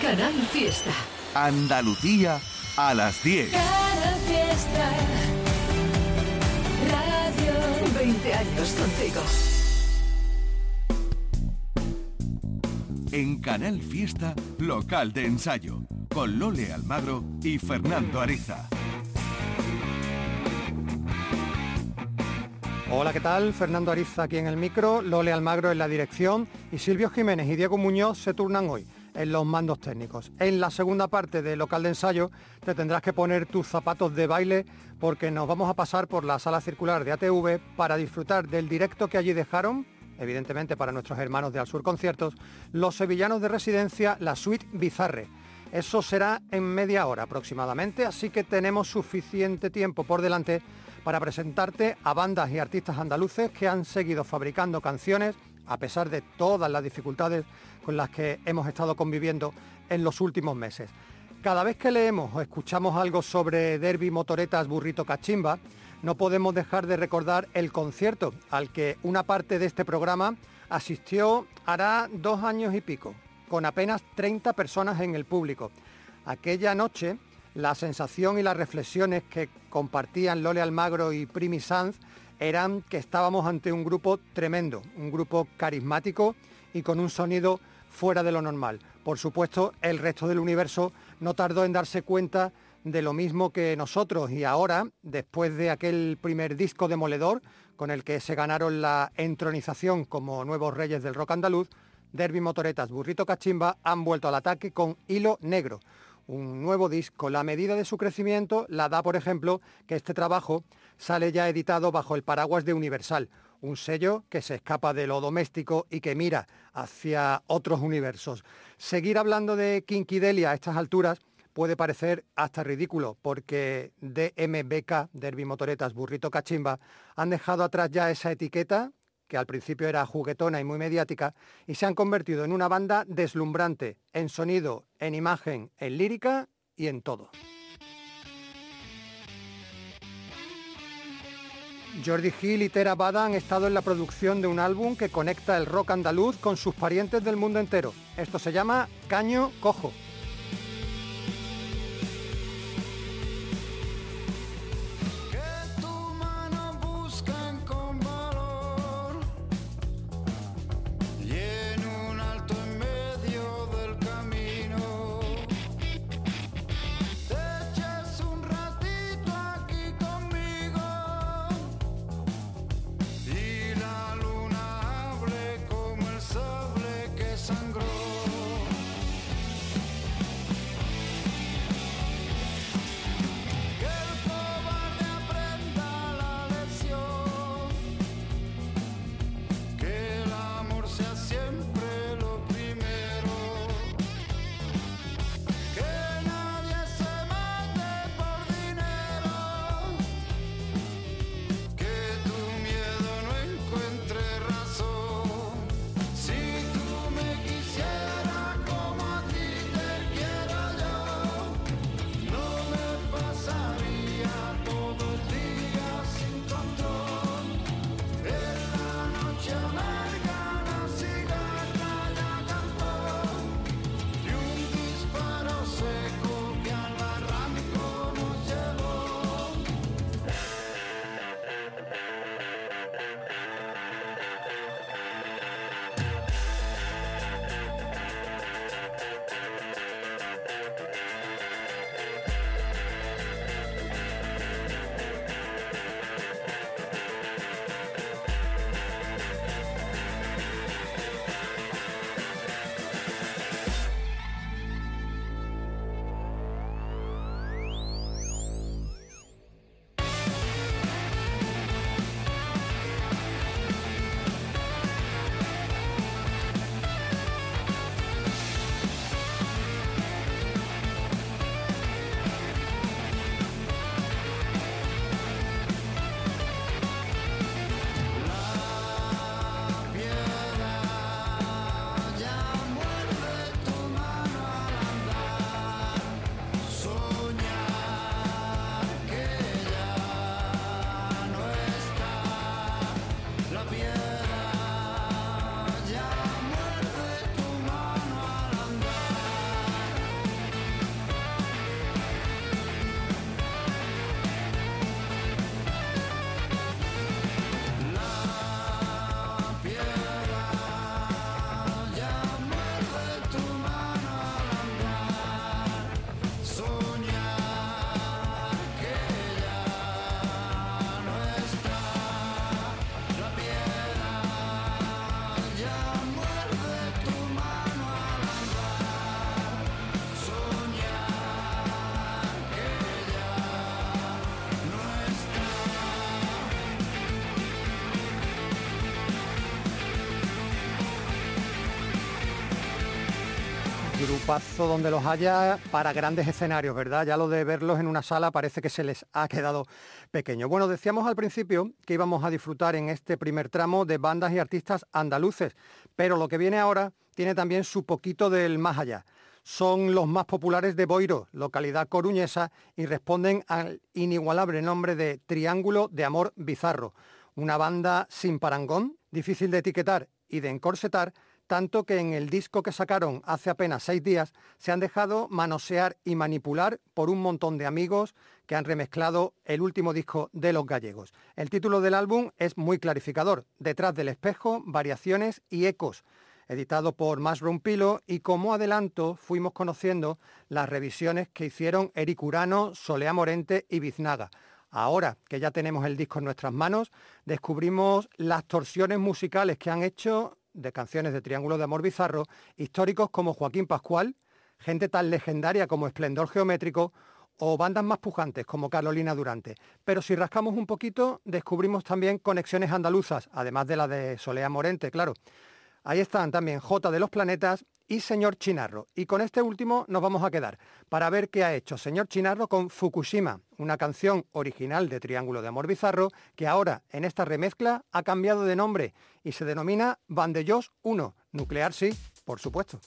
Canal Fiesta. Andalucía a las 10. Canal Fiesta. Radio 20 años contigo. En Canal Fiesta, local de ensayo, con Lole Almagro y Fernando Ariza. Hola, ¿qué tal? Fernando Ariza aquí en el micro, Lole Almagro en la dirección y Silvio Jiménez y Diego Muñoz se turnan hoy en los mandos técnicos. En la segunda parte de local de ensayo te tendrás que poner tus zapatos de baile porque nos vamos a pasar por la sala circular de ATV para disfrutar del directo que allí dejaron, evidentemente para nuestros hermanos de Al Sur Conciertos, los sevillanos de residencia, la Suite Bizarre. Eso será en media hora aproximadamente, así que tenemos suficiente tiempo por delante para presentarte a bandas y artistas andaluces que han seguido fabricando canciones a pesar de todas las dificultades con las que hemos estado conviviendo en los últimos meses. Cada vez que leemos o escuchamos algo sobre Derby, Motoretas, Burrito Cachimba, no podemos dejar de recordar el concierto al que una parte de este programa asistió hará 2 años y pico, con apenas 30 personas en el público. Aquella noche, la sensación y las reflexiones que compartían Lole Almagro y Primi Sanz eran que estábamos ante un grupo tremendo, un grupo carismático y con un sonido fuera de lo normal. Por supuesto, el resto del universo no tardó en darse cuenta de lo mismo que nosotros y ahora, después de aquel primer disco demoledor con el que se ganaron la entronización como nuevos reyes del rock andaluz, Derby, Motoretas, Burrito Cachimba han vuelto al ataque con Hilo Negro, un nuevo disco. La medida de su crecimiento la da, por ejemplo, que este trabajo sale ya editado bajo el paraguas de Universal, un sello que se escapa de lo doméstico y que mira hacia otros universos. Seguir hablando de Kinky Delia a estas alturas puede parecer hasta ridículo, porque DMBK, Derby, Motoretas, Burrito Cachimba, han dejado atrás ya esa etiqueta que al principio era juguetona y muy mediática, y se han convertido en una banda deslumbrante, en sonido, en imagen, en lírica y en todo. Jordi Gil y Tera Bada han estado en la producción de un álbum que conecta el rock andaluz con sus parientes del mundo entero. Esto se llama Caño Cojo. Grupazo donde los haya para grandes escenarios, ¿verdad? Ya lo de verlos en una sala parece que se les ha quedado pequeño. Bueno, decíamos al principio que íbamos a disfrutar en este primer tramo de bandas y artistas andaluces, pero lo que viene ahora tiene también su poquito del más allá. Son los más populares de Boiro, localidad coruñesa, y responden al inigualable nombre de Triángulo de Amor Bizarro. Una banda sin parangón, difícil de etiquetar y de encorsetar, tanto que en el disco que sacaron hace apenas 6 días se han dejado manosear y manipular por un montón de amigos que han remezclado el último disco de Los Gallegos. El título del álbum es muy clarificador: Detrás del espejo, variaciones y ecos, editado por Mushroom Pillow, y como adelanto fuimos conociendo las revisiones que hicieron Eric Urano, Soleá Morente y Biznaga. Ahora que ya tenemos el disco en nuestras manos, descubrimos las torsiones musicales que han hecho de canciones de Triángulo de Amor Bizarro históricos como Joaquín Pascual, gente tan legendaria como Esplendor Geométrico o bandas más pujantes como Carolina Durante. Pero si rascamos un poquito, descubrimos también conexiones andaluzas, además de la de Soleá Morente, claro. Ahí están también J de los Planetas y Señor Chinarro. Y con este último nos vamos a quedar para ver qué ha hecho Señor Chinarro con Fukushima, una canción original de Triángulo de Amor Bizarro que ahora en esta remezcla ha cambiado de nombre y se denomina Vandellós 1. Nuclear sí, por supuesto.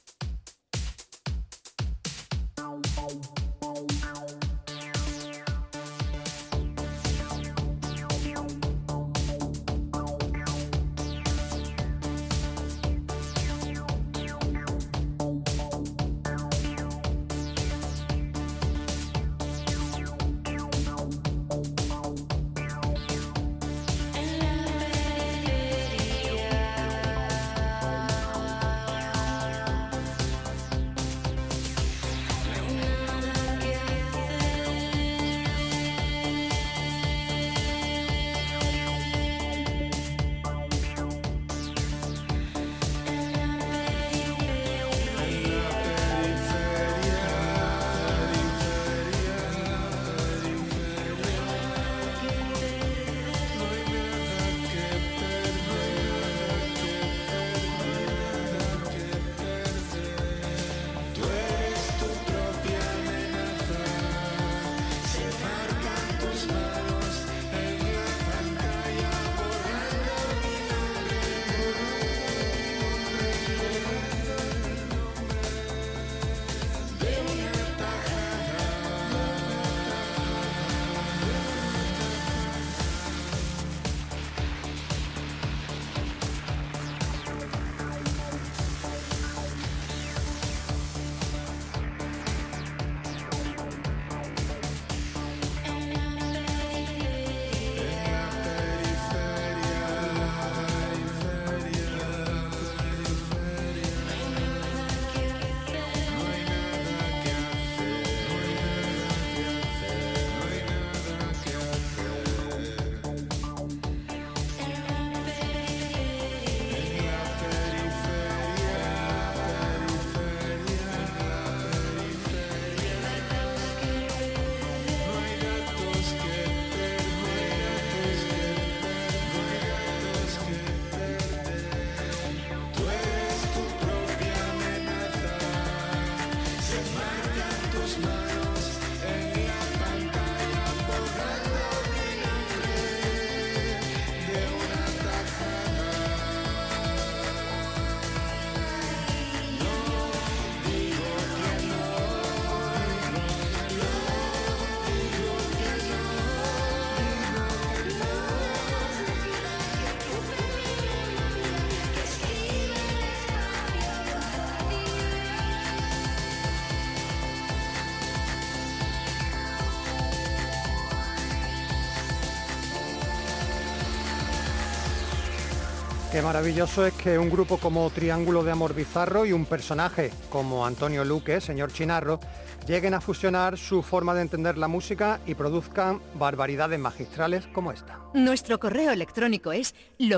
Qué maravilloso es que un grupo como Triángulo de Amor Bizarro y un personaje como Antonio Luque, Señor Chinarro, lleguen a fusionar su forma de entender la música y produzcan barbaridades magistrales como esta. Nuestro correo electrónico es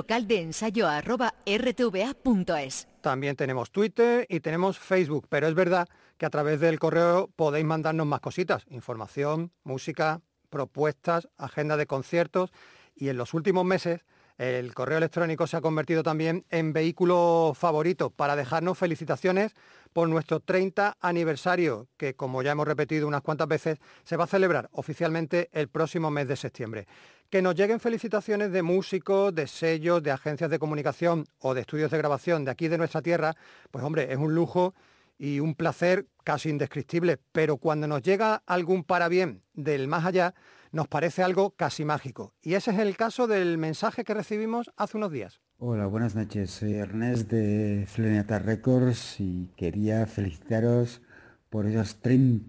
localdeensayo@rtva.es. También tenemos Twitter y tenemos Facebook, pero es verdad que a través del correo podéis mandarnos más cositas: información, música, propuestas, agenda de conciertos, y en los últimos meses El correo electrónico se ha convertido también en vehículo favorito para dejarnos felicitaciones por nuestro 30 aniversario, que como ya hemos repetido unas cuantas veces, se va a celebrar oficialmente el próximo mes de septiembre. Que nos lleguen felicitaciones de músicos, de sellos, de agencias de comunicación o de estudios de grabación de aquí de nuestra tierra, pues hombre, es un lujo y un placer casi indescriptible, pero cuando nos llega algún parabién del más allá, nos parece algo casi mágico. Y ese es el caso del mensaje que recibimos hace unos días. Hola, buenas noches. Soy Ernest de Floriana Records y quería felicitaros por esos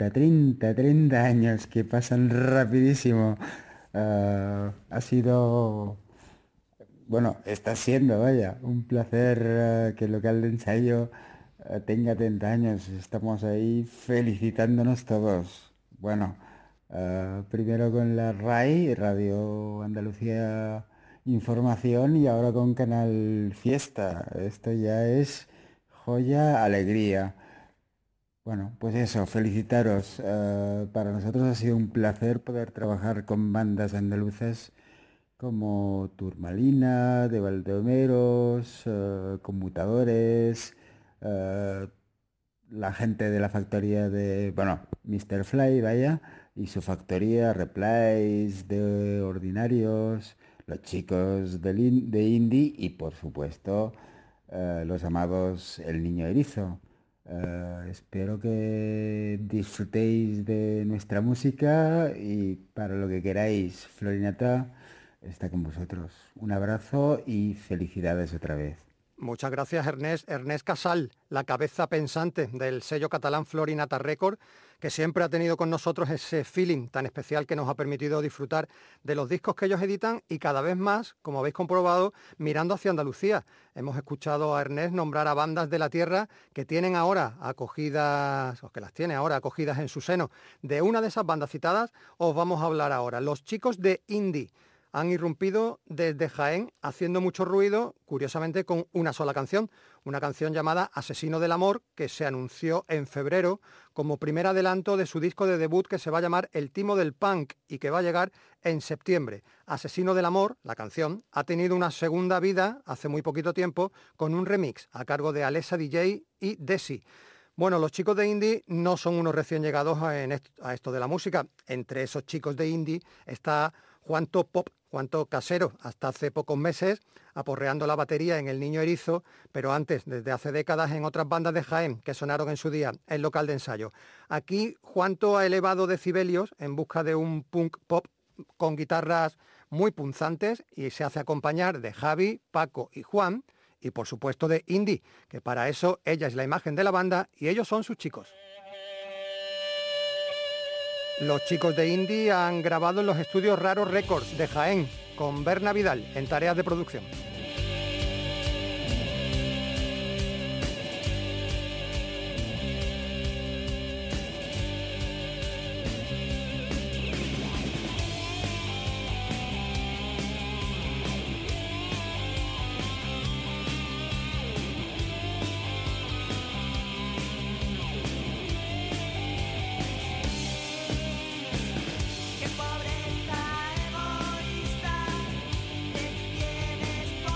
30 años que pasan rapidísimo. Ha sido, bueno, está siendo, vaya, un placer que el local de ensayo tenga 30 años. Estamos ahí felicitándonos todos. Bueno, primero con la RAI, Radio Andalucía Información, y ahora con Canal Fiesta. Esto ya es joya, alegría. Bueno, pues eso, felicitaros. Para nosotros ha sido un placer poder trabajar con bandas andaluzas como Turmalina, de Valdeomeros, Conmutadores, eh, la gente de la factoría de, bueno, Mr. Fly, vaya, y su factoría, Replays, de Ordinarios, los chicos de Indie y, por supuesto, los amados El Niño Erizo. Espero que disfrutéis de nuestra música y para lo que queráis, Florinata está con vosotros. Un abrazo y felicidades otra vez. Muchas gracias, Ernest. Ernest Casal, la cabeza pensante del sello catalán Florinata Record, que siempre ha tenido con nosotros ese feeling tan especial que nos ha permitido disfrutar de los discos que ellos editan y cada vez más, como habéis comprobado, mirando hacia Andalucía. Hemos escuchado a Ernest nombrar a bandas de la tierra que tienen ahora acogidas, o que las tiene ahora acogidas en su seno. De una de esas bandas citadas os vamos a hablar ahora. Los chicos de Indie han irrumpido desde Jaén haciendo mucho ruido, curiosamente con una sola canción, una canción llamada Asesino del Amor, que se anunció en febrero como primer adelanto de su disco de debut que se va a llamar El Timo del Punk y que va a llegar en septiembre. Asesino del Amor, la canción, ha tenido una segunda vida hace muy poquito tiempo con un remix a cargo de Alessa DJ y Desi. Bueno, los chicos de Indie no son unos recién llegados a esto de la música. Entre esos chicos de Indie está Juanto Pop, Juanto Casero, hasta hace pocos meses, aporreando la batería en El Niño Erizo, pero antes, desde hace décadas, en otras bandas de Jaén que sonaron en su día en local de ensayo. Aquí, Juanto ha elevado decibelios en busca de un punk pop con guitarras muy punzantes y se hace acompañar de Javi, Paco y Juan, y por supuesto de Indie, que para eso ella es la imagen de la banda y ellos son sus chicos. Los chicos de Indie han grabado en los estudios Raro Records de Jaén, con Berna Vidal en tareas de producción. Qué pobreza egoísta te tienes.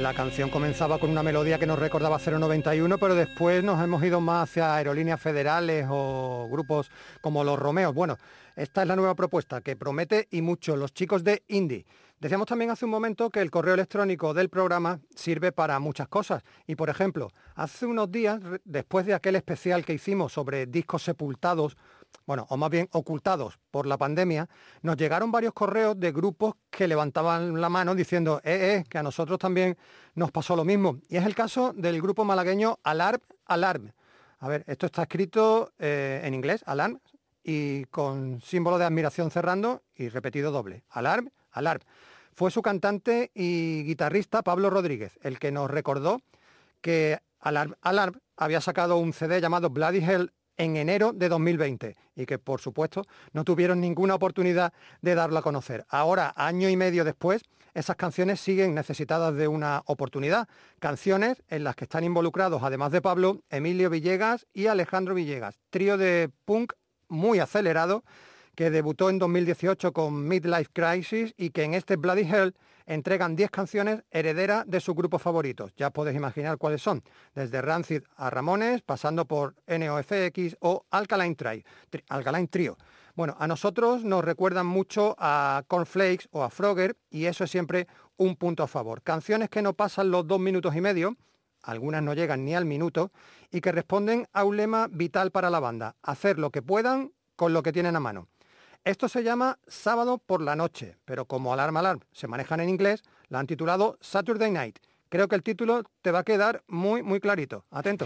La canción comenzaba con una melodía que nos recordaba 091, pero después nos hemos ido más hacia aerolíneas federales o grupos como los Romeos. Bueno, esta es la nueva propuesta que promete y mucho, los chicos de Indie. Decíamos también hace un momento que el correo electrónico del programa sirve para muchas cosas. Y por ejemplo, hace unos días, después de aquel especial que hicimos sobre discos sepultados, bueno, o más bien ocultados por la pandemia, nos llegaron varios correos de grupos que levantaban la mano diciendo que a nosotros también nos pasó lo mismo. Y es el caso del grupo malagueño Alarm, Alarm. A ver, esto está escrito en inglés, Alarm, y con símbolo de admiración cerrando y repetido doble. Alarm, Alarm. Fue su cantante y guitarrista Pablo Rodríguez el que nos recordó que Alarm, Alarm había sacado un CD llamado Bloody Hell en enero de 2020 y que, por supuesto, no tuvieron ninguna oportunidad de darlo a conocer. Ahora, año y medio después, esas canciones siguen necesitadas de una oportunidad. Canciones en las que están involucrados, además de Pablo, Emilio Villegas y Alejandro Villegas, trío de punk muy acelerado que debutó en 2018 con Midlife Crisis y que en este Bloody Hell entregan 10 canciones herederas de sus grupos favoritos. Ya podéis imaginar cuáles son, desde Rancid a Ramones, pasando por NOFX o Alkaline Trio. Bueno, a nosotros nos recuerdan mucho a Cornflakes o a Frogger y eso es siempre un punto a favor. Canciones que no pasan los 2 minutos y medio, algunas no llegan ni al minuto, y que responden a un lema vital para la banda: hacer lo que puedan con lo que tienen a mano. Esto se llama Sábado por la Noche, pero como Alarm Alarm se manejan en inglés, la han titulado Saturday Night. Creo que el título te va a quedar muy, muy clarito. Atento.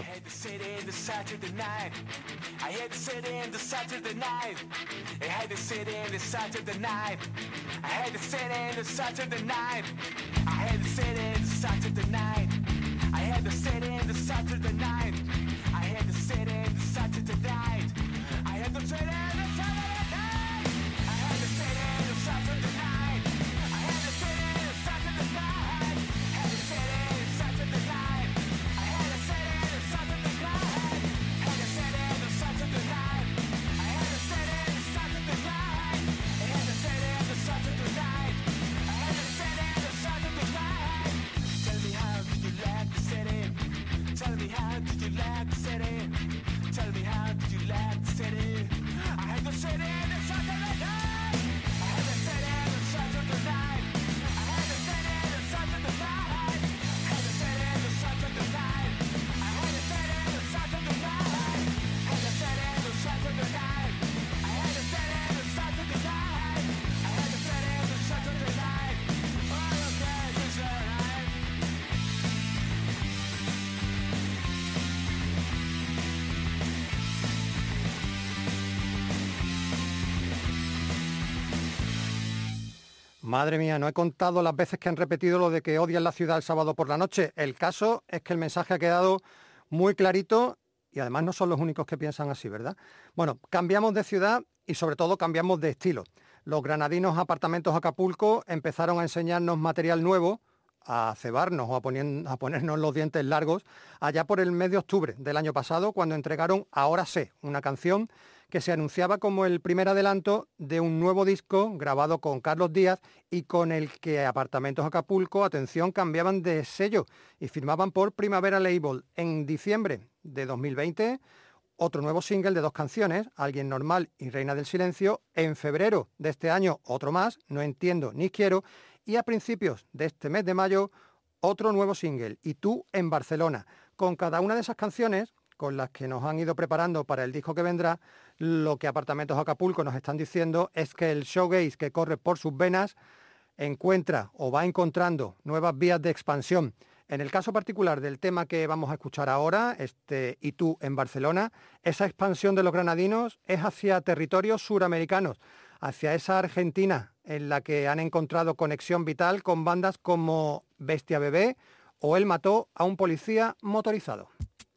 Madre mía, no he contado las veces que han repetido lo de que odian la ciudad el sábado por la noche. El caso es que el mensaje ha quedado muy clarito y además no son los únicos que piensan así, ¿verdad? Bueno, cambiamos de ciudad y sobre todo cambiamos de estilo. Los granadinos Apartamentos Acapulco empezaron a enseñarnos material nuevo, a cebarnos o a ponernos los dientes largos allá por el mes de octubre del año pasado, cuando entregaron Ahora sé, una canción que se anunciaba como el primer adelanto de un nuevo disco grabado con Carlos Díaz y con el que Apartamentos Acapulco, atención, cambiaban de sello y firmaban por Primavera Label. En diciembre de 2020, otro nuevo single de 2 canciones, Alguien Normal y Reina del Silencio. En febrero de este año, otro más, No Entiendo ni Quiero. Y a principios de este mes de mayo, otro nuevo single, Y tú en Barcelona. Con cada una de esas canciones, con las que nos han ido preparando para el disco que vendrá, lo que Apartamentos Acapulco nos están diciendo es que el showgaze que corre por sus venas encuentra o va encontrando nuevas vías de expansión. En el caso particular del tema que vamos a escuchar ahora, Y tú en Barcelona, esa expansión de los granadinos es hacia territorios suramericanos, hacia esa Argentina en la que han encontrado conexión vital con bandas como Bestia Bebé o Él mató a un policía motorizado.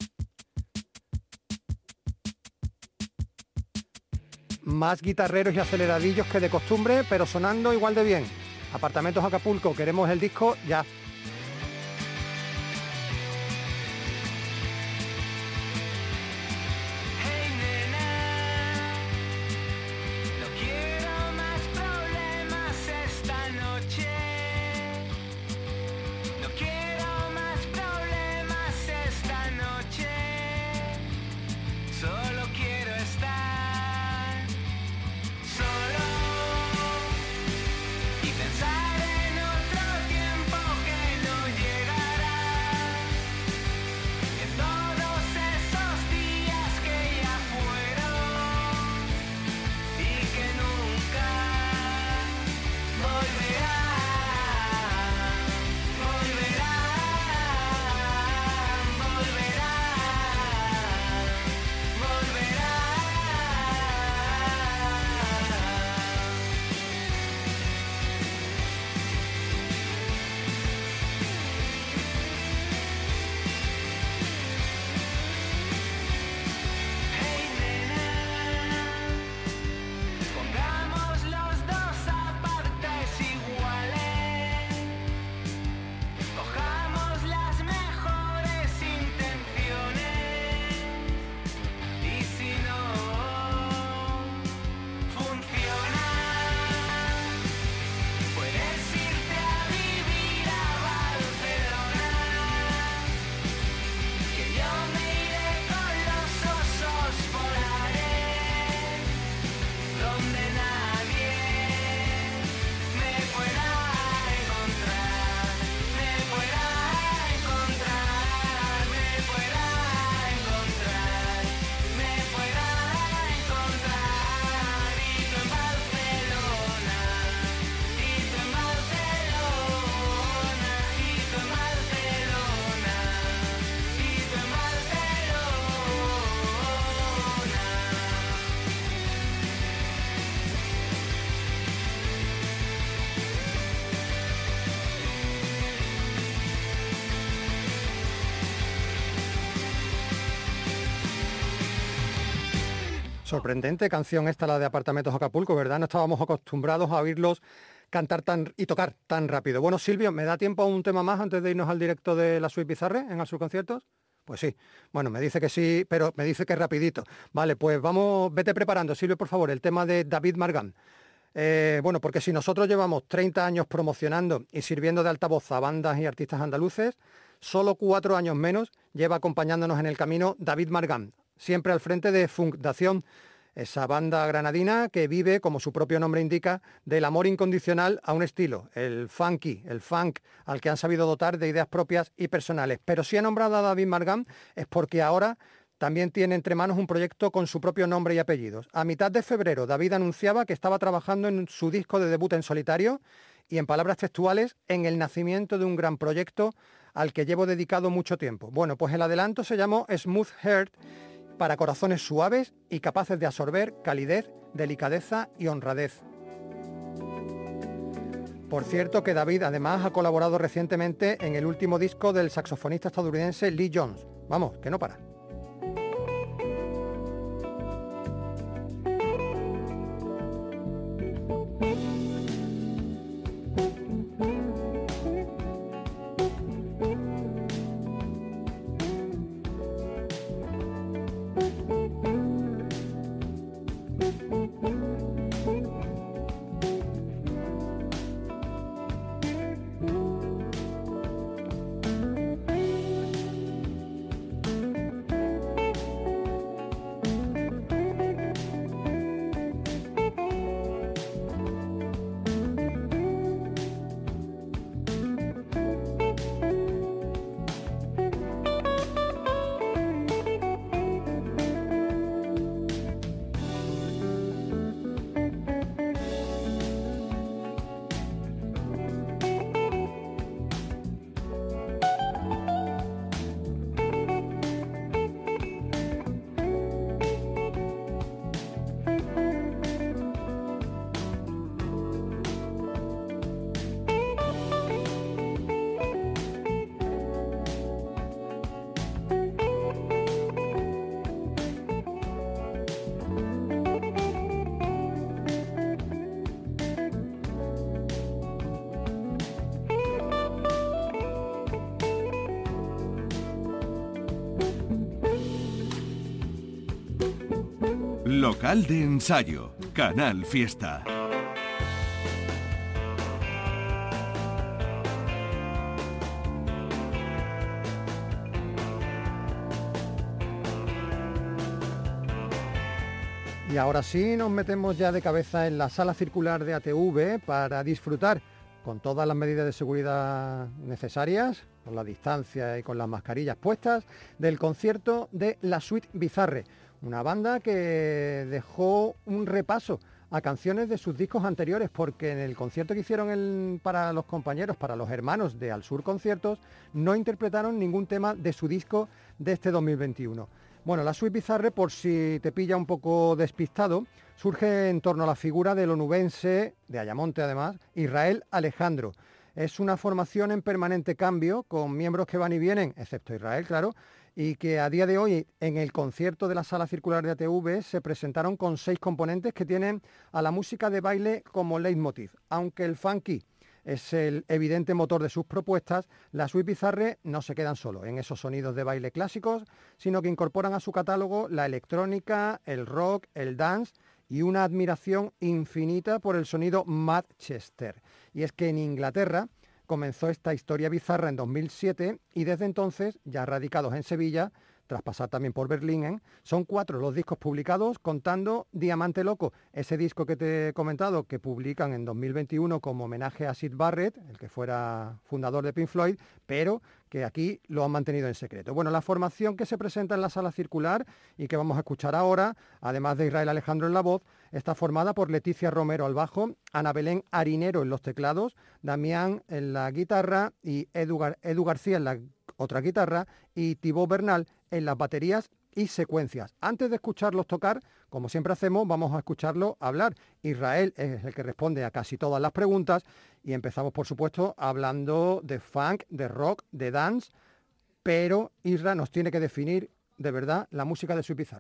Más guitarreros y aceleradillos que de costumbre, pero sonando igual de bien. Apartamentos Acapulco, queremos el disco ya. Quiero Sorprendente canción esta, la de Apartamentos Acapulco, ¿verdad? No estábamos acostumbrados a oírlos cantar y tocar tan rápido. Bueno, Silvio, ¿me da tiempo a un tema más antes de irnos al directo de la Suite Bizarre en Al Conciertos? Pues sí. Bueno, me dice que sí, pero me dice que rapidito. Vale, pues vamos, vete preparando, Silvio, por favor, el tema de David Margam. Bueno, porque si nosotros llevamos 30 años promocionando y sirviendo de altavoz a bandas y artistas andaluces, solo 4 años menos lleva acompañándonos en el camino David Margam, siempre al frente de Fundación, esa banda granadina que vive, como su propio nombre indica, del amor incondicional a un estilo, el funky, el funk, al que han sabido dotar de ideas propias y personales. Pero si he nombrado a David Margam es porque ahora también tiene entre manos un proyecto con su propio nombre y apellidos. A mitad de febrero, David anunciaba que estaba trabajando en su disco de debut en solitario y, en palabras textuales, en el nacimiento de un gran proyecto al que llevo dedicado mucho tiempo. Bueno, pues el adelanto se llamó Smooth Heart, para corazones suaves y capaces de absorber calidez, delicadeza y honradez. Por cierto que David además ha colaborado recientemente en el último disco del saxofonista estadounidense Lee Jones. Vamos, que no para. Local de ensayo, Canal Fiesta. Y ahora sí nos metemos ya de cabeza en la sala circular de ATV para disfrutar con todas las medidas de seguridad necesarias, con la distancia y con las mascarillas puestas, del concierto de la Suite Bizarre, una banda que dejó un repaso a canciones de sus discos anteriores, porque en el concierto que hicieron para los compañeros, para los hermanos de Al Sur Conciertos, no interpretaron ningún tema de su disco de este 2021. Bueno, la Suite Bizarre, por si te pilla un poco despistado, surge en torno a la figura del onubense, de Ayamonte además, Israel Alejandro. Es una formación en permanente cambio, con miembros que van y vienen, excepto Israel, claro, y que a día de hoy en el concierto de la sala circular de ATV se presentaron con 6 componentes que tienen a la música de baile como leitmotiv. Aunque el funky es el evidente motor de sus propuestas, la Suite Bizarre no se quedan solo en esos sonidos de baile clásicos, sino que incorporan a su catálogo la electrónica, el rock, el dance y una admiración infinita por el sonido Manchester. Y es que en Inglaterra comenzó esta historia bizarra en 2007 y desde entonces, ya radicados en Sevilla, tras pasar también por Berlín, son 4 los discos publicados, contando Diamante Loco, ese disco que te he comentado que publican en 2021 como homenaje a Syd Barrett, el que fuera fundador de Pink Floyd, pero que aquí lo han mantenido en secreto. Bueno, la formación que se presenta en la sala circular y que vamos a escuchar ahora, además de Israel Alejandro en la voz, está formada por Leticia Romero al bajo, Ana Belén Harinero en los teclados, Damián en la guitarra y Edu García en la otra guitarra y Thibaut Bernal en las baterías y secuencias. Antes de escucharlos tocar, como siempre hacemos, vamos a escucharlo hablar. Israel es el que responde a casi todas las preguntas y empezamos, por supuesto, hablando de funk, de rock, de dance, pero Isra nos tiene que definir de verdad la música de Suite Bizarre.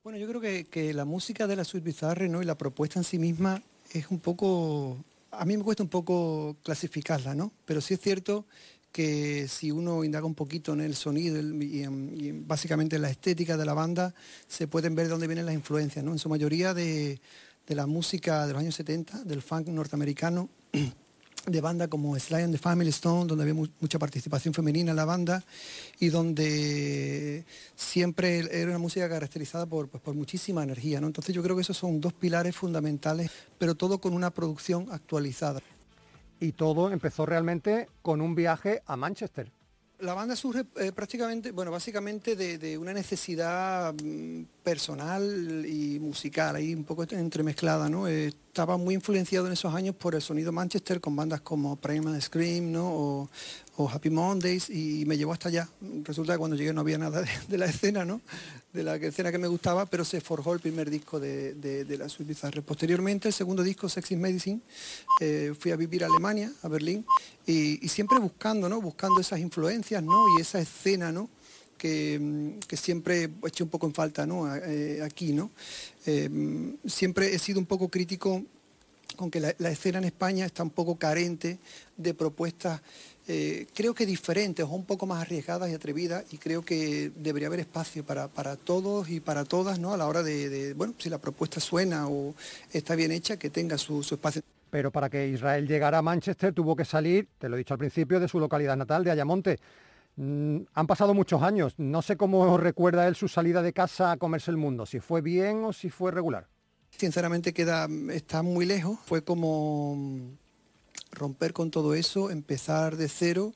Bueno, yo creo que la música de la Suite Bizarre, ¿no? Y la propuesta en sí misma es un poco... A mí me cuesta un poco clasificarla, ¿no? Pero sí es cierto que si uno indaga un poquito en el sonido básicamente en la estética de la banda, se pueden ver de dónde vienen las influencias, ¿no? En su mayoría de la música de los años 70, del funk norteamericano, de banda como Sly and the Family Stone, donde había mucha participación femenina en la banda y donde siempre era una música caracterizada por muchísima energía, ¿no? Entonces yo creo que esos son dos pilares fundamentales, pero todo con una producción actualizada. Y todo empezó realmente con un viaje a Manchester. La banda surge básicamente de una necesidad personal y musical, ahí un poco entremezclada, ¿no? Estaba muy influenciado en esos años por el sonido Manchester, con bandas como Primal Scream, ¿no? o Happy Mondays, y me llevó hasta allá. Resulta que cuando llegué no había nada de la escena, ¿no? De la escena que me gustaba, pero se forjó el primer disco de la Suite Bizarre. Posteriormente, el segundo disco, Sex is Medicine, fui a vivir a Alemania, a Berlín, y siempre buscando esas influencias, ¿no? Y esa escena, ¿no? Que siempre eché un poco en falta, ¿no? Aquí, ¿no? Siempre he sido un poco crítico con que la escena en España está un poco carente de propuestas, creo que diferentes o un poco más arriesgadas y atrevidas, y creo que debería haber espacio para todos y para todas, ¿no? A la hora bueno, si la propuesta suena o está bien hecha, que tenga su espacio. Pero para que Israel llegara a Manchester tuvo que salir, te lo he dicho al principio, de su localidad natal, de Ayamonte. Han pasado muchos años, no sé cómo recuerda él su salida de casa a comerse el mundo, si fue bien o si fue regular. Sinceramente está muy lejos, fue como romper con todo eso, empezar de cero.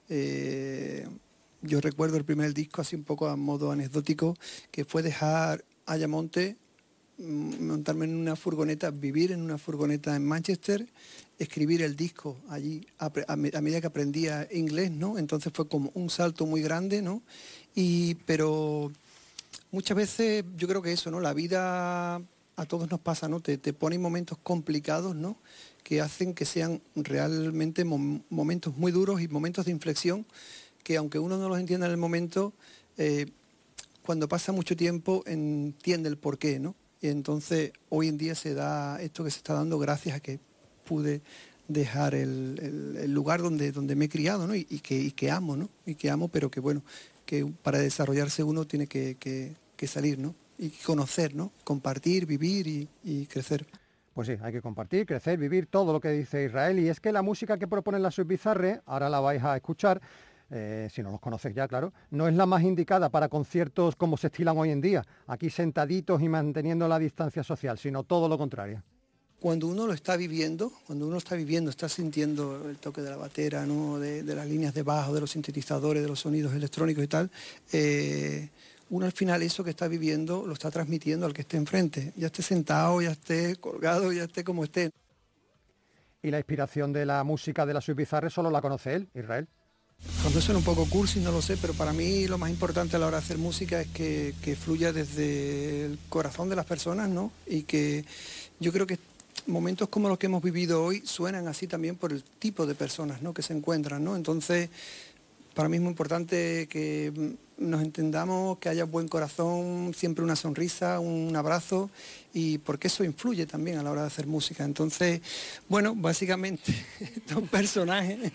Yo recuerdo el primer disco, así un poco a modo anecdótico, que fue dejar Ayamonte, montarme en una furgoneta, vivir en una furgoneta en Manchester, escribir el disco allí a medida que aprendía inglés, ¿no? Entonces fue como un salto muy grande, ¿no? Pero muchas veces yo creo que eso, ¿no? La vida a todos nos pasa, ¿no? Te pone en momentos complicados, ¿no? Que hacen que sean realmente momentos muy duros y momentos de inflexión que, aunque uno no los entienda en el momento, cuando pasa mucho tiempo entiende el porqué, ¿no? Y entonces hoy en día se da esto que se está dando gracias a que pude dejar el lugar donde me he criado, ¿no? y que amo, ¿no? Y que amo, pero que bueno, que para desarrollarse uno tiene que salir, ¿no? Y conocer, ¿no? Compartir, vivir y crecer. Pues sí, hay que compartir, crecer, vivir, todo lo que dice Israel. Y es que la música que propone la Suite Bizarre, ahora la vais a escuchar, si no los conoces ya, claro, no es la más indicada para conciertos como se estilan hoy en día, aquí sentaditos y manteniendo la distancia social, sino todo lo contrario. Cuando uno lo está viviendo, está sintiendo el toque de la batera, ¿no? de las líneas de bajo, de los sintetizadores, de los sonidos electrónicos y tal, uno al final eso que está viviendo lo está transmitiendo al que esté enfrente, ya esté sentado, ya esté colgado, ya esté como esté. Y la inspiración de la música de la Suite Bizarre solo la conoce él, Israel. Cuando suena un poco cursi, no lo sé, pero para mí lo más importante a la hora de hacer música es que fluya desde el corazón de las personas, ¿no? Y que yo creo que momentos como los que hemos vivido hoy suenan así también por el tipo de personas, ¿no? Que se encuentran, ¿no? Entonces, para mí es muy importante que nos entendamos, que haya buen corazón, siempre una sonrisa, un abrazo, y porque eso influye también a la hora de hacer música. Entonces, bueno, básicamente, es un personaje.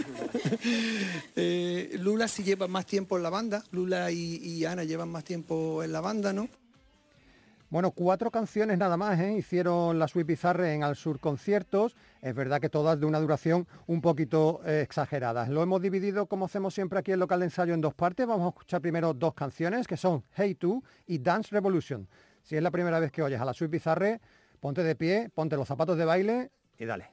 Lula sí lleva más tiempo en la banda, Lula y Ana llevan más tiempo en la banda, ¿no? Bueno, 4 canciones nada más, hicieron la Suite Bizarre en Al Sur Conciertos. Es verdad que todas de una duración un poquito exageradas. Lo hemos dividido, como hacemos siempre aquí en Local de Ensayo, en 2 partes. Vamos a escuchar primero 2 canciones, que son Hey To y Dance Revolution. Si es la primera vez que oyes a la Suite Bizarre, ponte de pie, ponte los zapatos de baile y dale.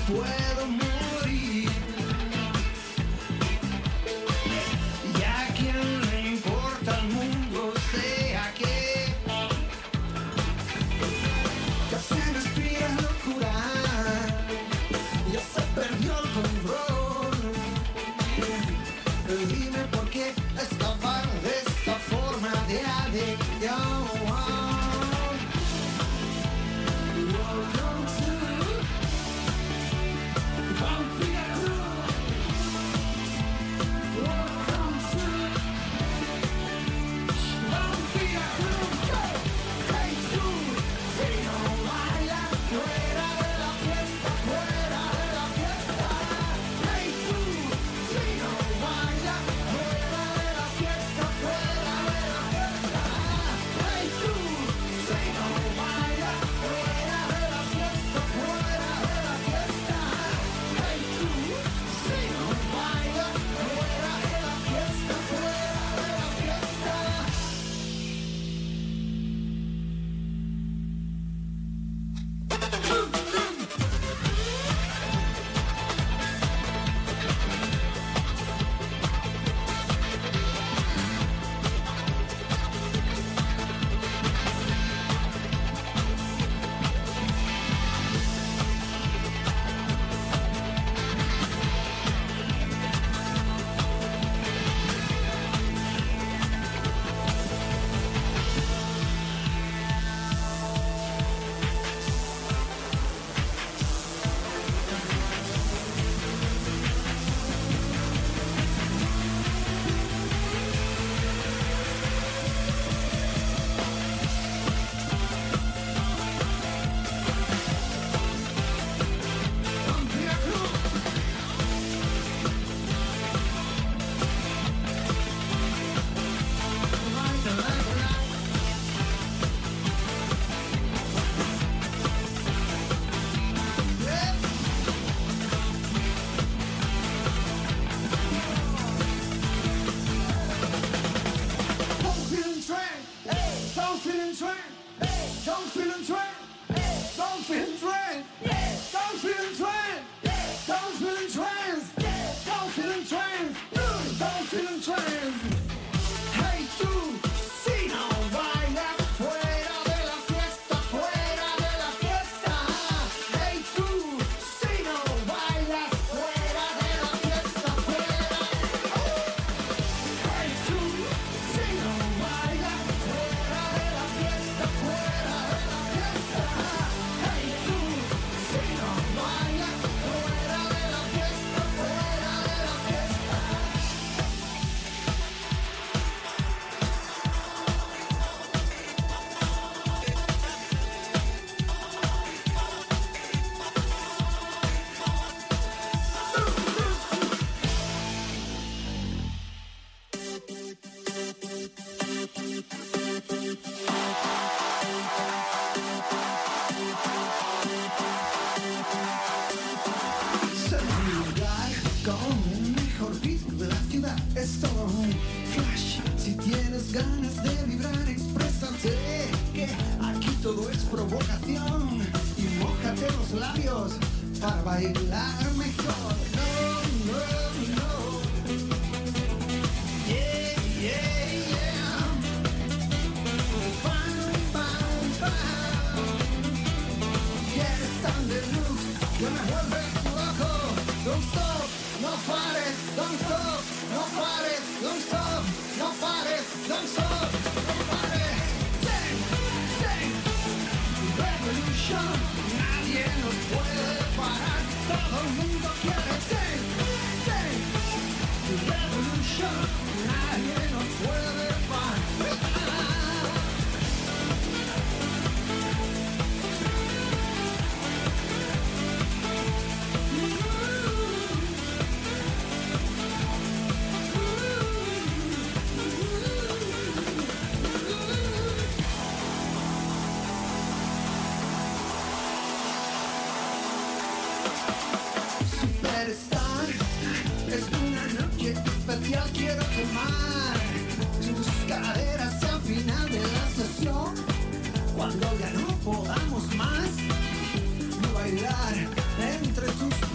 puedo morir. Y a quien le importa el mundo sea que se respira locura, ya se perdió el control. Dime por qué escapar de esta forma de adicción. Welcome to Vampire Crew. Welcome to Vampire Crew. Hey tú, si no bailas, fuera de la fiesta, fuera de la fiesta. Hey tú, si no bailas, fuera de la fiesta, fuera de la fiesta. Hey tú, si no bailas, fuera de la fiesta, fuera de la fiesta. Hey tú, si no bailas, fuera de la fiesta, fuera de la fiesta. Don't feel in trend. Don't feel in trend. Don't feel in trend. Don't feel in trend. Don't feel in trend. Don't feel in trend. Don't feel in trend. Hey tú, si no bailas, fuera de la fiesta, fuera de la fiesta. Hey tú, si no bailas, fuera de la fiesta, fuera. Hey tú, si no bailas, fuera de la fiesta, fuera de la fiesta. Hey tú, si no bailas, fuera de la fiesta, fuera de la fiesta. Ser un lugar con el mejor beat de la ciudad es todo un flash. Si tienes ganas de vibrar, exprésate, que aquí todo es provocación. Y mójate los labios para bailar mejor. No, no, no. Yeah, yeah, yeah. Bam, bam, bam. Quieres tan de luz que me vuelves loco. Don't stop, no pares, don't stop, no pares, don't stop, no pares, don't stop, no pares. Sing, sing, revolution, nadie nos puede parar, todo el mundo quiere sing, sing, revolution, nadie nos puede parar. Superstar, es una noche especial, quiero quemar tus caderas al final de la sesión. Cuando ya no podamos más, bailar entre tus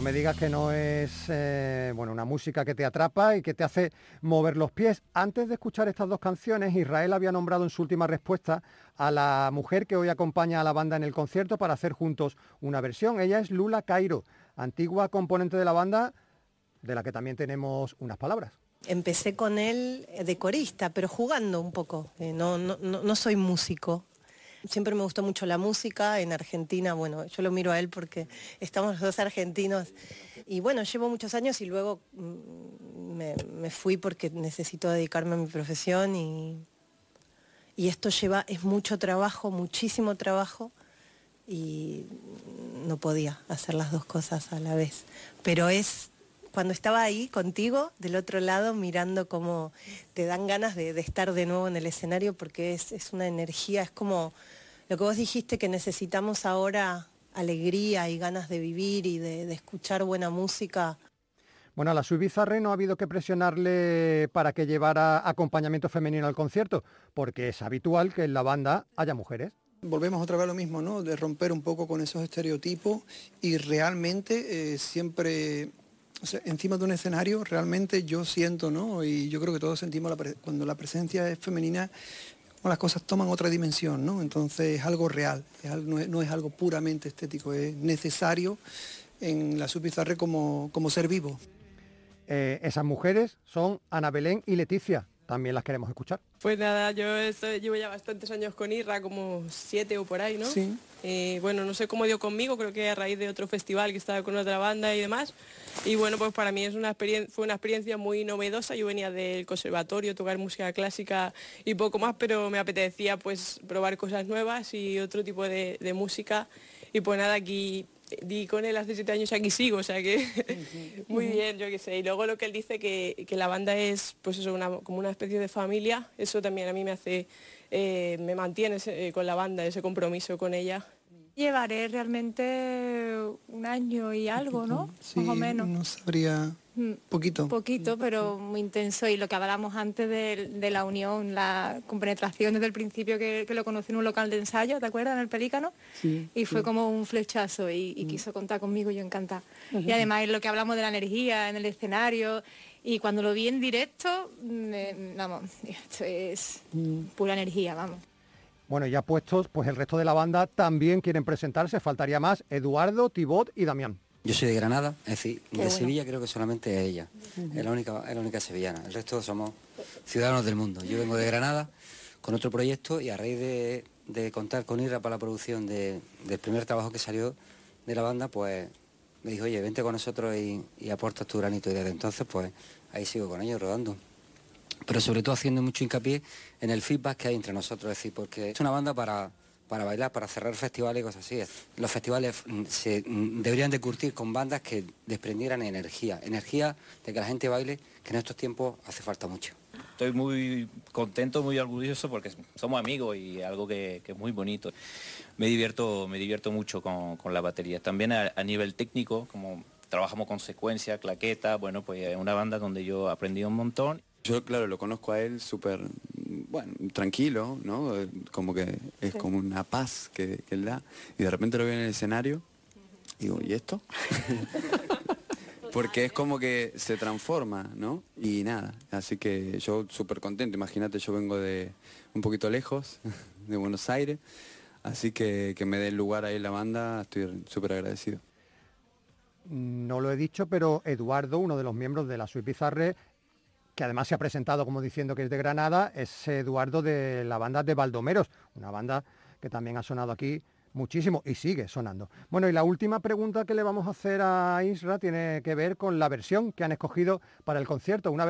No me digas que no es una música que te atrapa y que te hace mover los pies. Antes de escuchar estas dos canciones, Israel había nombrado en su última respuesta a la mujer que hoy acompaña a la banda en el concierto para hacer juntos una versión. Ella es Lula Cairo, antigua componente de la banda, de la que también tenemos unas palabras. Empecé con él de corista, pero jugando un poco. No soy músico. Siempre me gustó mucho la música. En Argentina, bueno, yo lo miro a él porque estamos los dos argentinos. Y bueno, llevo muchos años y luego me fui porque necesito dedicarme a mi profesión y esto es mucho trabajo, muchísimo trabajo y no podía hacer las dos cosas a la vez. Pero cuando estaba ahí contigo, del otro lado, mirando cómo te dan ganas de estar de nuevo en el escenario porque es una energía, es como lo que vos dijiste que necesitamos ahora, alegría y ganas de vivir y de escuchar buena música. Bueno, a la Suibizarre no ha habido que presionarle para que llevara acompañamiento femenino al concierto, porque es habitual que en la banda haya mujeres. Volvemos otra vez a lo mismo, ¿no? De romper un poco con esos estereotipos y realmente siempre... O sea, encima de un escenario realmente yo siento, ¿no? Y yo creo que todos sentimos cuando la presencia es femenina, las cosas toman otra dimensión, ¿no? Entonces es algo real, no es algo puramente estético, es necesario en la Suibizarre como ser vivo. Esas mujeres son Ana Belén y Leticia, también las queremos escuchar. Pues nada, yo llevo ya bastantes años con Irra, como 7 o por ahí, ¿no? Sí. Bueno, no sé cómo dio conmigo, creo que a raíz de otro festival que estaba con otra banda y demás. Y bueno, pues para mí fue una experiencia muy novedosa. Yo venía del conservatorio, tocar música clásica y poco más, pero me apetecía pues probar cosas nuevas y otro tipo de música. Y pues nada, aquí di con él hace 7 años y aquí sigo, o sea que muy bien, yo qué sé. Y luego lo que él dice que la banda es pues eso, como una especie de familia, eso también a mí me mantiene con la banda, ese compromiso con ella. Llevaré realmente 1 año y algo, ¿no? Sí, más o menos. No sabría... Poquito. Poquito, pero muy intenso. Y lo que hablábamos antes de la unión, la compenetración desde el principio que lo conocí en un local de ensayo, ¿te acuerdas? En el Pelícano. Sí, y fue sí. como un flechazo y quiso contar conmigo, yo encantada. Y además lo que hablamos de la energía en el escenario. Y cuando lo vi en directo, vamos, esto es pura energía, vamos. Bueno, ya puestos, pues el resto de la banda también quieren presentarse, faltaría más, Eduardo, Tibot y Damián. Yo soy de Granada, es decir, Qué de bueno. Sevilla creo que solamente es ella, es la única sevillana, el resto somos ciudadanos del mundo. Yo vengo de Granada con otro proyecto y a raíz de contar con Irra para la producción del primer trabajo que salió de la banda, pues me dijo, oye, vente con nosotros y aportas tu granito, y desde entonces pues ahí sigo con ellos rodando. Pero sobre todo haciendo mucho hincapié en el feedback que hay entre nosotros, es decir, porque es una banda para bailar, para cerrar festivales y cosas así. Los festivales se deberían de curtir con bandas que desprendieran energía de que la gente baile, que en estos tiempos hace falta mucho. Estoy muy contento, muy orgulloso porque somos amigos y algo que es muy bonito. Me divierto mucho con la batería. También a nivel técnico, como trabajamos con secuencia, claqueta, bueno, pues es una banda donde yo aprendí un montón. Yo, claro, lo conozco a él súper, tranquilo, ¿no? Como que es como una paz que él da. Y de repente lo veo en el escenario y digo, ¿y esto? Porque es como que se transforma, ¿no? Y nada, así que yo súper contento. Imagínate, yo vengo de un poquito lejos, de Buenos Aires, así que me dé el lugar ahí en la banda, estoy súper agradecido. No lo he dicho, pero Eduardo, uno de los miembros de la Suibizarre, que además se ha presentado como diciendo que es de Granada, es Eduardo de la banda de Baldomeros, una banda que también ha sonado aquí muchísimo y sigue sonando. Bueno, y la última pregunta que le vamos a hacer a Isra tiene que ver con la versión que han escogido para el concierto. Una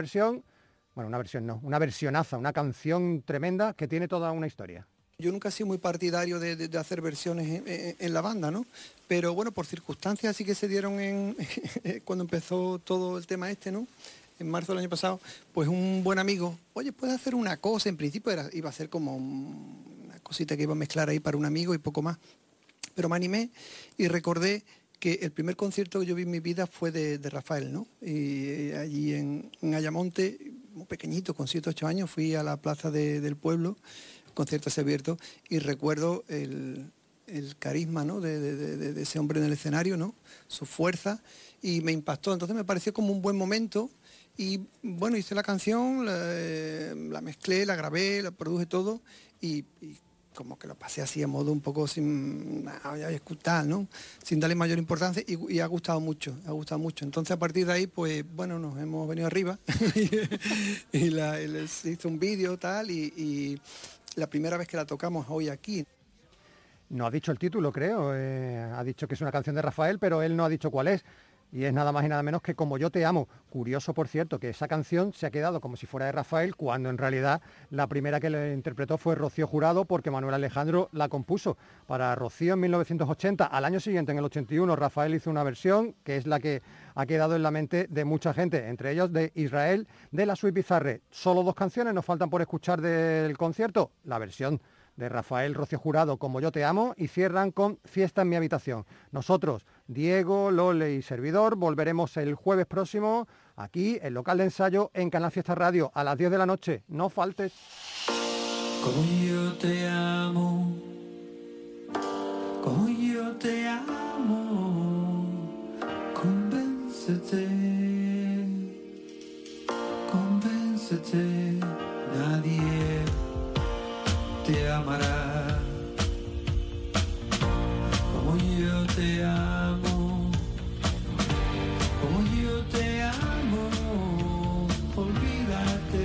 versionaza, una canción tremenda que tiene toda una historia. Yo nunca he sido muy partidario de hacer versiones en la banda, ¿no? Pero bueno, por circunstancias así que se dieron cuando empezó todo el tema ¿no? En marzo del año pasado, pues un buen amigo, oye, ¿puedes hacer una cosa? En principio iba a ser como una cosita que iba a mezclar ahí para un amigo y poco más. Pero me animé y recordé que el primer concierto que yo vi en mi vida fue de Rafael, ¿no? Y allí en Ayamonte, muy pequeñito, con 7 o 8 años, fui a la plaza del pueblo, concierto así abierto, y recuerdo el carisma, ¿no? de ese hombre en el escenario, ¿no? Su fuerza, y me impactó. Entonces me pareció como un buen momento y bueno, hice la canción, la mezclé, la grabé, la produje todo y como que lo pasé así a modo un poco sin escuchar, ¿no? Sin darle mayor importancia y ha gustado mucho. Entonces a partir de ahí, pues bueno, nos hemos venido arriba y les hice un vídeo tal y la primera vez que la tocamos hoy aquí. No ha dicho el título, creo. Ha dicho que es una canción de Rafael, pero él no ha dicho cuál es. Y es nada más y nada menos que Como yo te amo. Curioso, por cierto, que esa canción se ha quedado como si fuera de Rafael, cuando en realidad la primera que le interpretó fue Rocío Jurado, porque Manuel Alejandro la compuso para Rocío en 1980. Al año siguiente, en el 81, Rafael hizo una versión que es la que ha quedado en la mente de mucha gente, entre ellos de Israel, de la Sui Pizarre. Solo 2 canciones nos faltan por escuchar del concierto. La versión de Rafael, Rocío Jurado, Como yo te amo, y cierran con Fiesta en mi habitación. Nosotros, Diego, Lole y servidor, volveremos el jueves próximo aquí en Local de Ensayo en Canal Fiesta Radio a las 10 de la noche. No faltes. Como yo te amo, como yo te amo, convéncete, convéncete, nadie te amará como yo te amo, como yo te amo, olvídate,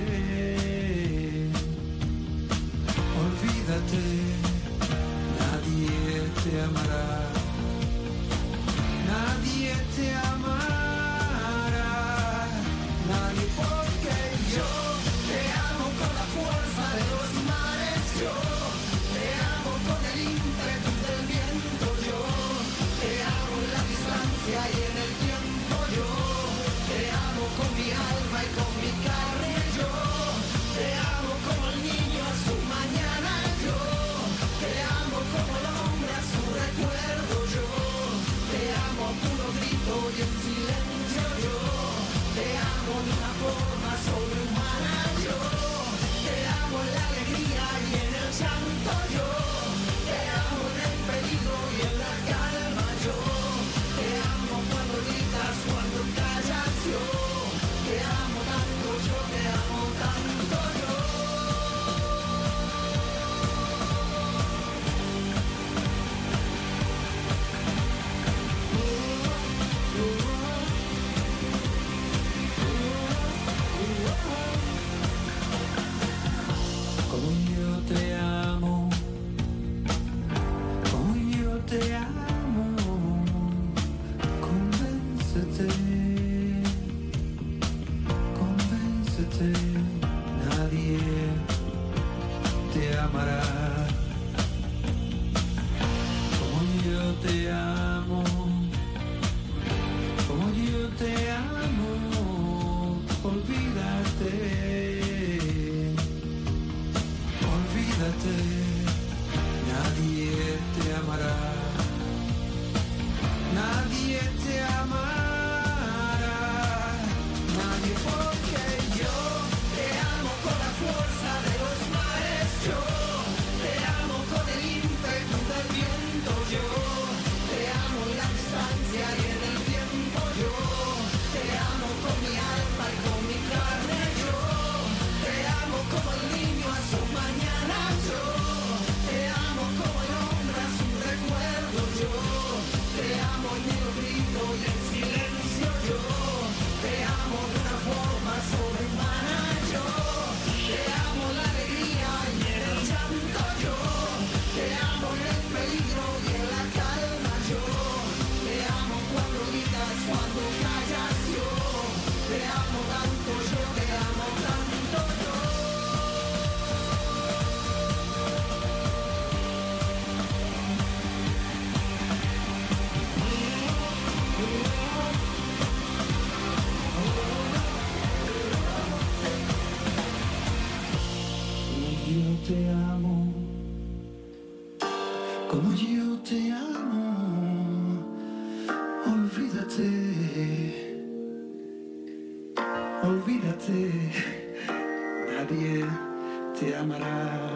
olvídate, nadie te amará, nadie te amará, nadie, porque yo te amo con la fuerza de los mares, yo te amo con el ímpetu del viento, yo te amo en la distancia y en el tiempo, yo te amo con mi alma y con mi carne, yo te amo como el niño a su mañana, yo te amo como el hombre a su recuerdo, yo te amo a puro grito y en silencio, yo te amo de una forma sobrehumana, yo te amo en la alegría y en el llanto, yo te amo en el peligro y en la calma, yo te amo cuando gritas, cuando callas, yo te amo tanto, yo te amo tanto, yo. Como yo te amo, como yo te amo, convéncete, convéncete, nadie te amará. Como yo te amo, como yo te amo, olvídate. Olvídate, nadie te amará, nadie te amará, nadie, porque yo te amo con la fuerza de los mares, yo te amo con el ímpetu del viento, yo te amo en la distancia y en el tiempo, yo te amo con mi alma y con mi carne, yo te amo como el niño a su mañana, yo te amo como el hombre a su recuerdo, yo te amo en el grito y en silencio, yo te amo de una forma sobrehumana, yo te amo en la alegría y en el llanto, yo te amo en el peligro y en la calma, yo te amo cuando gritas, cuando callas, yo te amo tanto, yo te amo tanto, yo. Como yo te amo, como yo te amo, olvídate, olvídate, nadie te amará.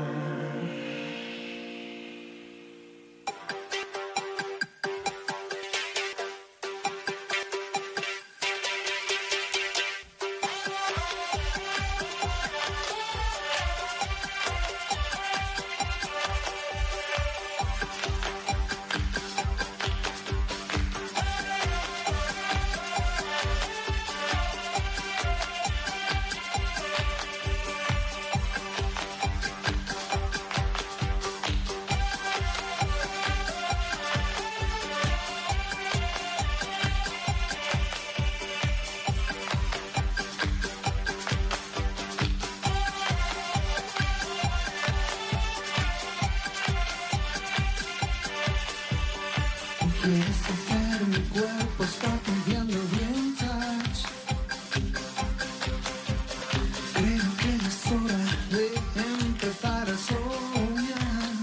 Quieres hacer mi cuerpo, está pidiendo vintage. Creo que ya es hora de empezar a soñar.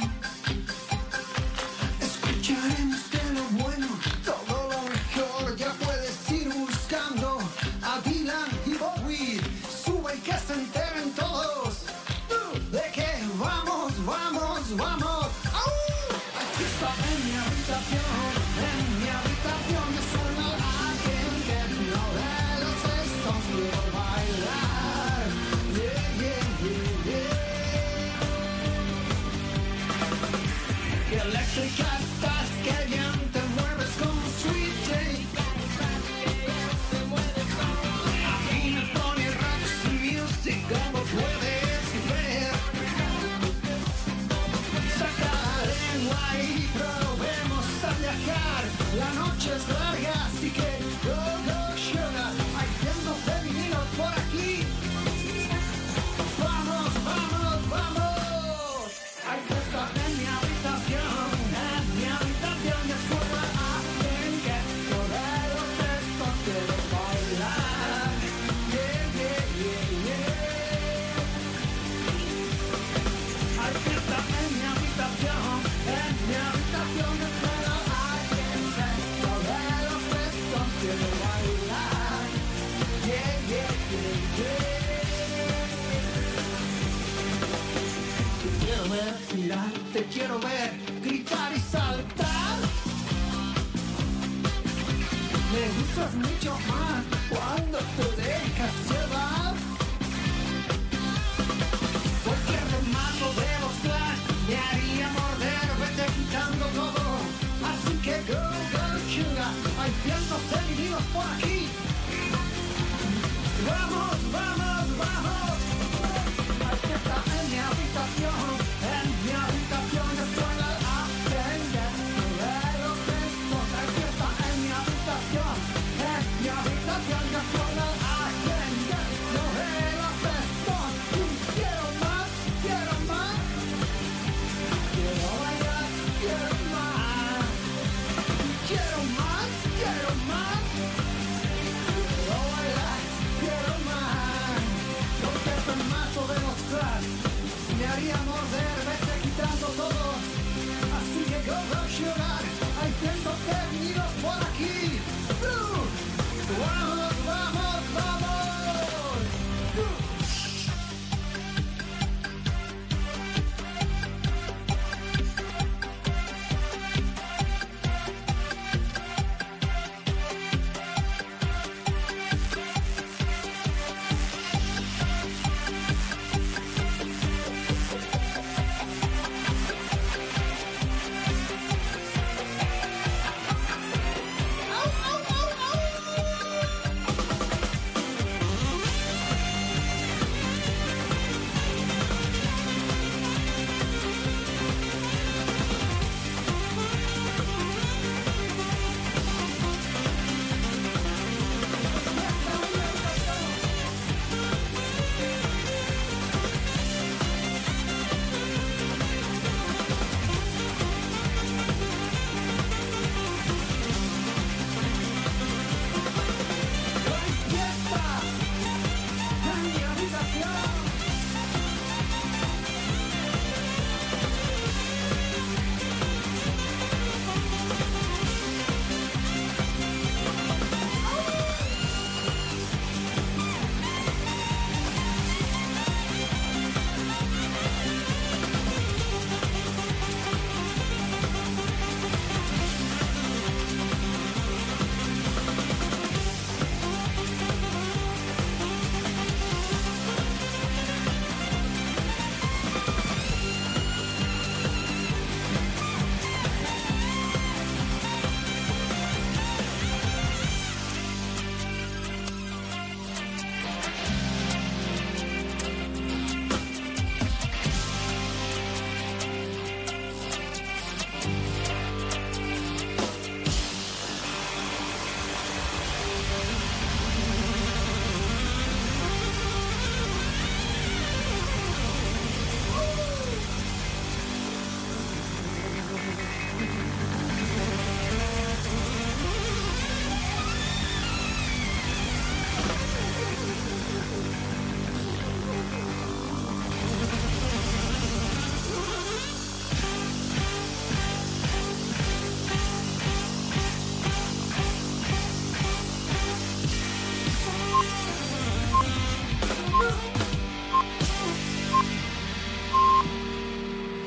Escucharemos de lo bueno, todo lo mejor. Ya puedes ir buscando a Dylan y Bowie. Sube y que se enteren todos. ¿De qué? Vamos, vamos, vamos. ¡Au! Aquí está en mi habitación, en mi habitación me suena alguien que no de los Stones. Quiero bailar, yeah, yeah, yeah, yeah. Qué eléctrica estás, que bien te mueves como Sweet Jay. Aquí me pone Roxy Music, como puedes ver. Saca la lengua y probemos a viajar. La noche es larga, así que go, go, sugar. Hay cientos de vinilos por aquí. Vamos, vamos, vamos. Hay fiesta en mi habitación, en mi habitación. Y escuela alguien que sobre los textos quiero bailar. Yeah, yeah, yeah, yeah. Hay fiesta en mi habitación, en mi habitación. Y escuela alguien que sobre los textos quiero bailar. Yeah, yeah, yeah, yeah. Te quiero ver girar, te quiero ver gritar y saltar. Me gustas mucho más cuando te dejas llevar. Cualquier remarco de mostrar me haría morder, vete quitando todo. Así que go, go, sugar. Hay cientos de vinilos por aquí. Vamos, vamos, vamos. Hay fiesta en mi habitación, en mi habitación. Yo soy la agenda de los textos. Hay fiesta en mi habitación, en mi habitación. Yo soy la agenda de los textos. Quiero más, quiero más. Quiero bailar, quiero más. Quiero más, quiero más. Quiero bailar, quiero más. Lo que es más podemos dar. Me haría morder, vete quitando todo. Así que go, go, sugar.